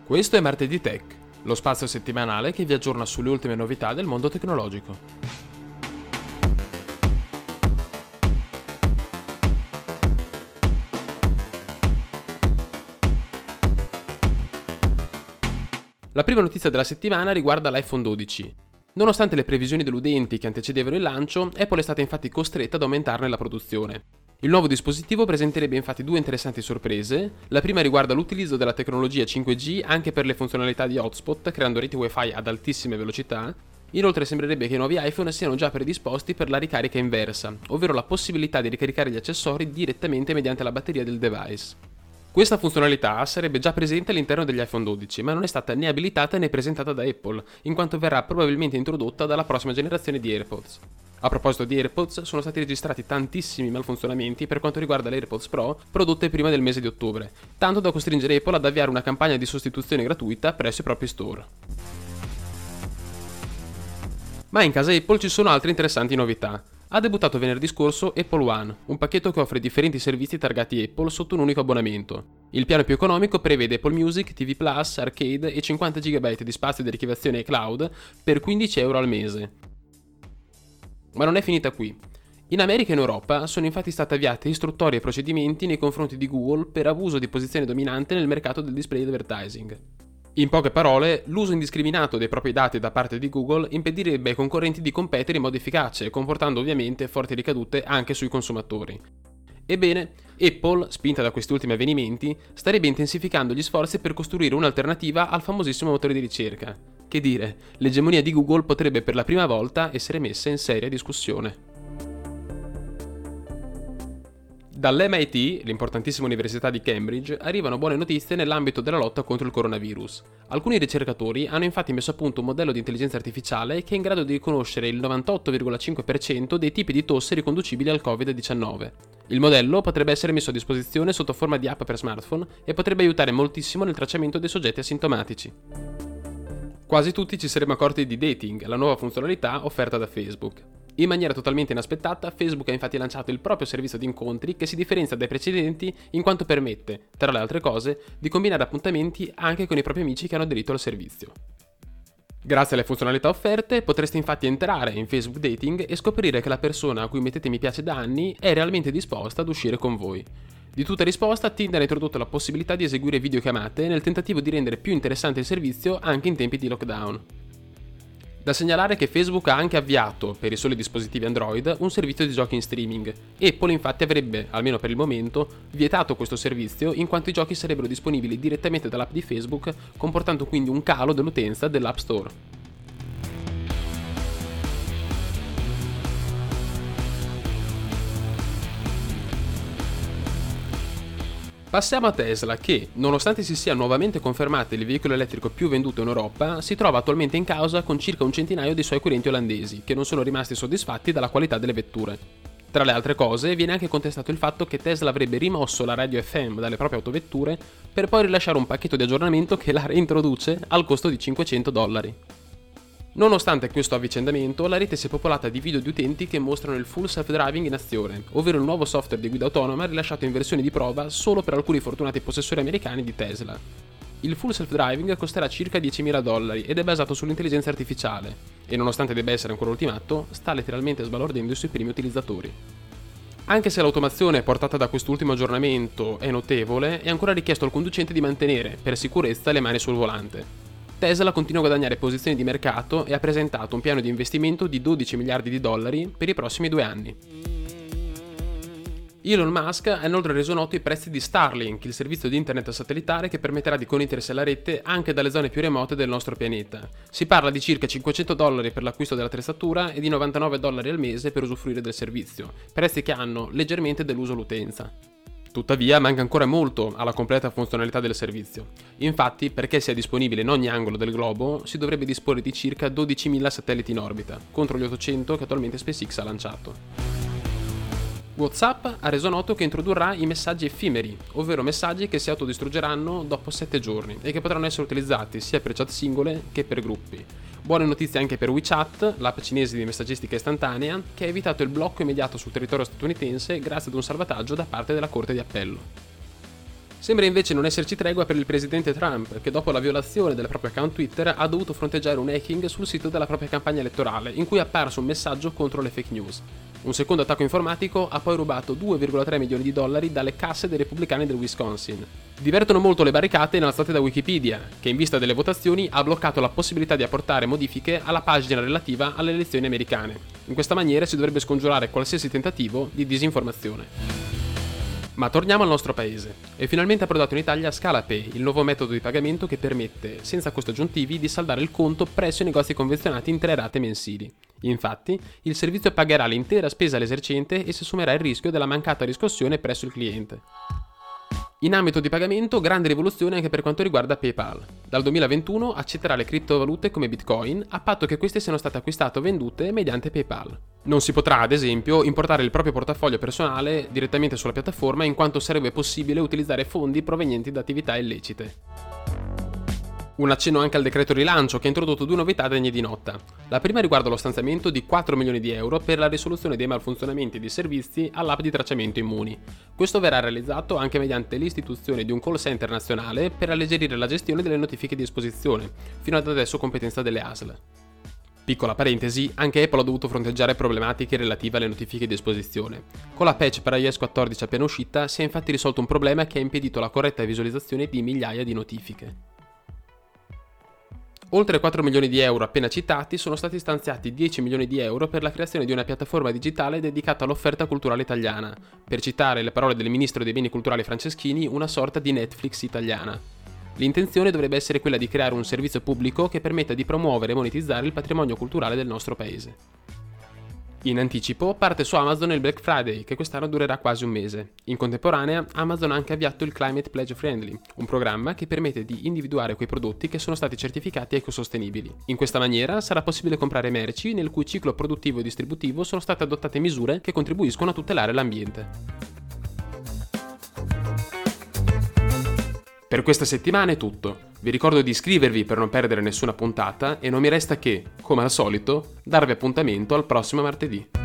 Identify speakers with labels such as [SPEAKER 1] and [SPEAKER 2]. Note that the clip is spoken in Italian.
[SPEAKER 1] Questo è Martedì Tech, lo spazio settimanale che vi aggiorna sulle ultime novità del mondo tecnologico. La prima notizia della settimana riguarda l'iPhone 12. Nonostante le previsioni dell'utenti che antecedevano il lancio, Apple è stata infatti costretta ad aumentarne la produzione. Il nuovo dispositivo presenterebbe infatti due interessanti sorprese. La prima riguarda l'utilizzo della tecnologia 5G anche per le funzionalità di hotspot, creando reti Wi-Fi ad altissime velocità. Inoltre sembrerebbe che i nuovi iPhone siano già predisposti per la ricarica inversa, ovvero la possibilità di ricaricare gli accessori direttamente mediante la batteria del device. Questa funzionalità sarebbe già presente all'interno degli iPhone 12, ma non è stata né abilitata né presentata da Apple, in quanto verrà probabilmente introdotta dalla prossima generazione di AirPods. A proposito di AirPods, sono stati registrati tantissimi malfunzionamenti per quanto riguarda le AirPods Pro prodotte prima del mese di ottobre, tanto da costringere Apple ad avviare una campagna di sostituzione gratuita presso i propri store. Ma in casa Apple ci sono altre interessanti novità. Ha debuttato venerdì scorso Apple One, un pacchetto che offre differenti servizi targati Apple sotto un unico abbonamento. Il piano più economico prevede Apple Music, TV Plus, Arcade e 50 GB di spazio di archiviazione e cloud per €15 al mese. Ma non è finita qui. In America e in Europa sono infatti state avviate istruttorie e procedimenti nei confronti di Google per abuso di posizione dominante nel mercato del display advertising. In poche parole, l'uso indiscriminato dei propri dati da parte di Google impedirebbe ai concorrenti di competere in modo efficace, comportando ovviamente forti ricadute anche sui consumatori. Ebbene, Apple, spinta da questi ultimi avvenimenti, starebbe intensificando gli sforzi per costruire un'alternativa al famosissimo motore di ricerca. Che dire, l'egemonia di Google potrebbe per la prima volta essere messa in seria discussione. Dall'MIT, l'importantissima università di Cambridge, arrivano buone notizie nell'ambito della lotta contro il coronavirus. Alcuni ricercatori hanno infatti messo a punto un modello di intelligenza artificiale che è in grado di riconoscere il 98,5% dei tipi di tosse riconducibili al Covid-19. Il modello potrebbe essere messo a disposizione sotto forma di app per smartphone e potrebbe aiutare moltissimo nel tracciamento dei soggetti asintomatici. Quasi tutti ci saremmo accorti di Dating, la nuova funzionalità offerta da Facebook. In maniera totalmente inaspettata, Facebook ha infatti lanciato il proprio servizio di incontri che si differenzia dai precedenti in quanto permette, tra le altre cose, di combinare appuntamenti anche con i propri amici che hanno aderito al servizio. Grazie alle funzionalità offerte, potreste infatti entrare in Facebook Dating e scoprire che la persona a cui mettete mi piace da anni è realmente disposta ad uscire con voi. Di tutta risposta, Tinder ha introdotto la possibilità di eseguire videochiamate nel tentativo di rendere più interessante il servizio anche in tempi di lockdown. Da segnalare che Facebook ha anche avviato, per i soli dispositivi Android, un servizio di giochi in streaming. Apple infatti avrebbe, almeno per il momento, vietato questo servizio in quanto i giochi sarebbero disponibili direttamente dall'app di Facebook, comportando quindi un calo dell'utenza dell'App Store. Passiamo a Tesla che, nonostante si sia nuovamente confermato il veicolo elettrico più venduto in Europa, si trova attualmente in causa con circa un centinaio di suoi acquirenti olandesi, che non sono rimasti soddisfatti dalla qualità delle vetture. Tra le altre cose, viene anche contestato il fatto che Tesla avrebbe rimosso la radio FM dalle proprie autovetture per poi rilasciare un pacchetto di aggiornamento che la reintroduce al costo di $500. Nonostante questo avvicendamento, la rete si è popolata di video di utenti che mostrano il full self-driving in azione, ovvero il nuovo software di guida autonoma rilasciato in versione di prova solo per alcuni fortunati possessori americani di Tesla. Il full self-driving costerà circa $10.000 ed è basato sull'intelligenza artificiale, e nonostante debba essere ancora ultimato, sta letteralmente sbalordendo sui primi utilizzatori. Anche se l'automazione portata da quest'ultimo aggiornamento è notevole, è ancora richiesto al conducente di mantenere, per sicurezza, le mani sul volante. Tesla continua a guadagnare posizioni di mercato e ha presentato un piano di investimento di $12 miliardi per i prossimi 2 anni. Elon Musk ha inoltre reso noto i prezzi di Starlink, il servizio di internet satellitare che permetterà di connettersi alla rete anche dalle zone più remote del nostro pianeta. Si parla di circa $500 per l'acquisto dell'attrezzatura e di $99 al mese per usufruire del servizio, prezzi che hanno leggermente deluso l'utenza. Tuttavia manca ancora molto alla completa funzionalità del servizio. Infatti, perché sia disponibile in ogni angolo del globo, si dovrebbe disporre di circa 12.000 satelliti in orbita, contro gli 800 che attualmente SpaceX ha lanciato. WhatsApp ha reso noto che introdurrà i messaggi effimeri, ovvero messaggi che si autodistruggeranno dopo 7 giorni e che potranno essere utilizzati sia per chat singole che per gruppi. Buone notizie anche per WeChat, l'app cinese di messaggistica istantanea, che ha evitato il blocco immediato sul territorio statunitense grazie ad un salvataggio da parte della Corte di Appello. Sembra invece non esserci tregua per il presidente Trump, che dopo la violazione del proprio account Twitter ha dovuto fronteggiare un hacking sul sito della propria campagna elettorale, in cui è apparso un messaggio contro le fake news. Un secondo attacco informatico ha poi rubato 2,3 milioni di dollari dalle casse dei repubblicani del Wisconsin. Divertono molto le barricate innalzate da Wikipedia, che in vista delle votazioni ha bloccato la possibilità di apportare modifiche alla pagina relativa alle elezioni americane. In questa maniera si dovrebbe scongiurare qualsiasi tentativo di disinformazione. Ma torniamo al nostro paese. È finalmente approdato in Italia ScalaPay, il nuovo metodo di pagamento che permette, senza costi aggiuntivi, di saldare il conto presso i negozi convenzionati in 3 rate mensili. Infatti, il servizio pagherà l'intera spesa all'esercente e si assumerà il rischio della mancata riscossione presso il cliente. In ambito di pagamento, grande rivoluzione anche per quanto riguarda PayPal. Dal 2021 accetterà le criptovalute come Bitcoin, a patto che queste siano state acquistate o vendute mediante PayPal. Non si potrà, ad esempio, importare il proprio portafoglio personale direttamente sulla piattaforma, in quanto sarebbe possibile utilizzare fondi provenienti da attività illecite. Un accenno anche al decreto rilancio, che ha introdotto 2 novità degne di nota. La prima riguarda lo stanziamento di 4 milioni di euro per la risoluzione dei malfunzionamenti di servizi all'app di tracciamento Immuni. Questo verrà realizzato anche mediante l'istituzione di un call center nazionale per alleggerire la gestione delle notifiche di esposizione, fino ad adesso competenza delle ASL. Piccola parentesi, anche Apple ha dovuto fronteggiare problematiche relative alle notifiche di esposizione. Con la patch per iOS 14 appena uscita si è infatti risolto un problema che ha impedito la corretta visualizzazione di migliaia di notifiche. Oltre ai 4 milioni di euro appena citati, sono stati stanziati 10 milioni di euro per la creazione di una piattaforma digitale dedicata all'offerta culturale italiana, per citare le parole del ministro dei beni culturali Franceschini, una sorta di Netflix italiana. L'intenzione dovrebbe essere quella di creare un servizio pubblico che permetta di promuovere e monetizzare il patrimonio culturale del nostro paese. In anticipo parte su Amazon il Black Friday, che quest'anno durerà quasi un mese. In contemporanea, Amazon ha anche avviato il Climate Pledge Friendly, un programma che permette di individuare quei prodotti che sono stati certificati ecosostenibili. In questa maniera sarà possibile comprare merci nel cui ciclo produttivo e distributivo sono state adottate misure che contribuiscono a tutelare l'ambiente. Per questa settimana è tutto. Vi ricordo di iscrivervi per non perdere nessuna puntata e non mi resta che, come al solito, darvi appuntamento al prossimo martedì.